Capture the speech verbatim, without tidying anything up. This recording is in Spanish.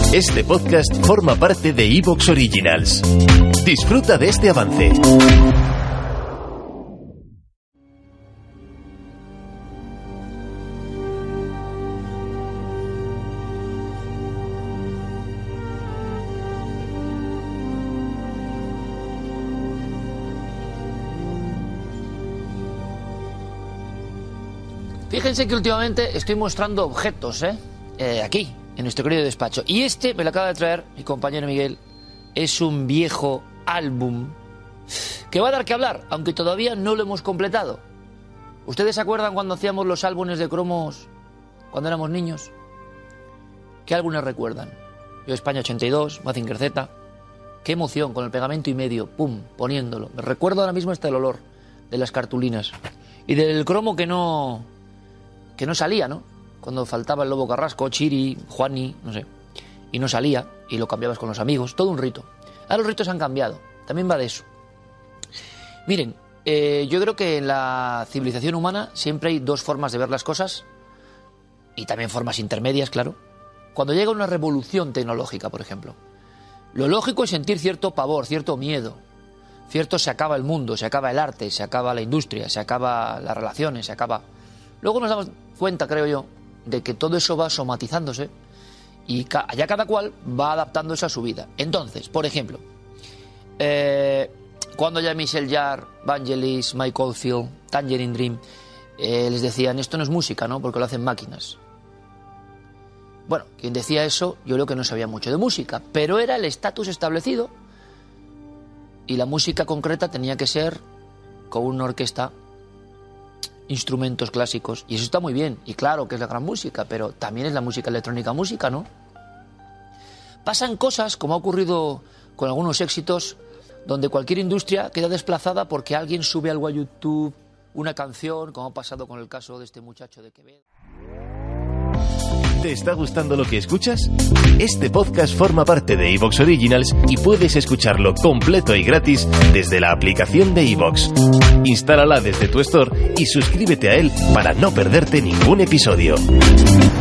Este podcast forma parte de iVoox Originals. Disfruta de este avance. Fíjense que últimamente estoy mostrando objetos, ¿eh? Eh, aquí, en nuestro querido despacho. Y este me lo acaba de traer mi compañero Miguel. Es un viejo álbum que va a dar que hablar, aunque todavía no lo hemos completado. ¿Ustedes se acuerdan cuando hacíamos los álbumes de cromos cuando éramos niños? ¿Qué álbumes recuerdan? Yo España ochenta y dos, Mazinger Z. Qué emoción, con el pegamento y medio, pum, poniéndolo. Me recuerdo ahora mismo hasta el olor de las cartulinas. Y del cromo que no... que no salía, ¿no? Cuando faltaba el Lobo Carrasco, Chiri, Juani, no sé. Y no salía, y lo cambiabas con los amigos. Todo un rito. Ahora los ritos han cambiado. También va de eso. Miren, eh, yo creo que en la civilización humana siempre hay dos formas de ver las cosas. Y también formas intermedias, claro. Cuando llega una revolución tecnológica, por ejemplo. Lo lógico es sentir cierto pavor, cierto miedo. Cierto, se acaba el mundo, se acaba el arte, se acaba la industria, se acaba las relaciones, se acaba... Luego nos damos cuenta, creo yo, de que todo eso va somatizándose y ca- allá cada cual va adaptándose a su vida. Entonces, por ejemplo, eh, cuando ya Michel Jarre, Vangelis, Mike Oldfield, Tangerine Dream, eh, les decían, esto no es música, ¿no? Porque lo hacen máquinas. Bueno, quien decía eso, yo creo que no sabía mucho de música, pero era el estatus establecido y la música concreta tenía que ser con una orquesta, instrumentos clásicos, y eso está muy bien, y claro que es la gran música, pero también es la música electrónica música, ¿no? Pasan cosas, como ha ocurrido con algunos éxitos, donde cualquier industria queda desplazada porque alguien sube algo a YouTube, una canción, como ha pasado con el caso de este muchacho de Quevedo. ¿Te está gustando lo que escuchas? Este podcast forma parte de iVoox Originals y puedes escucharlo completo y gratis desde la aplicación de iVoox. Instálala desde tu store y suscríbete a él para no perderte ningún episodio.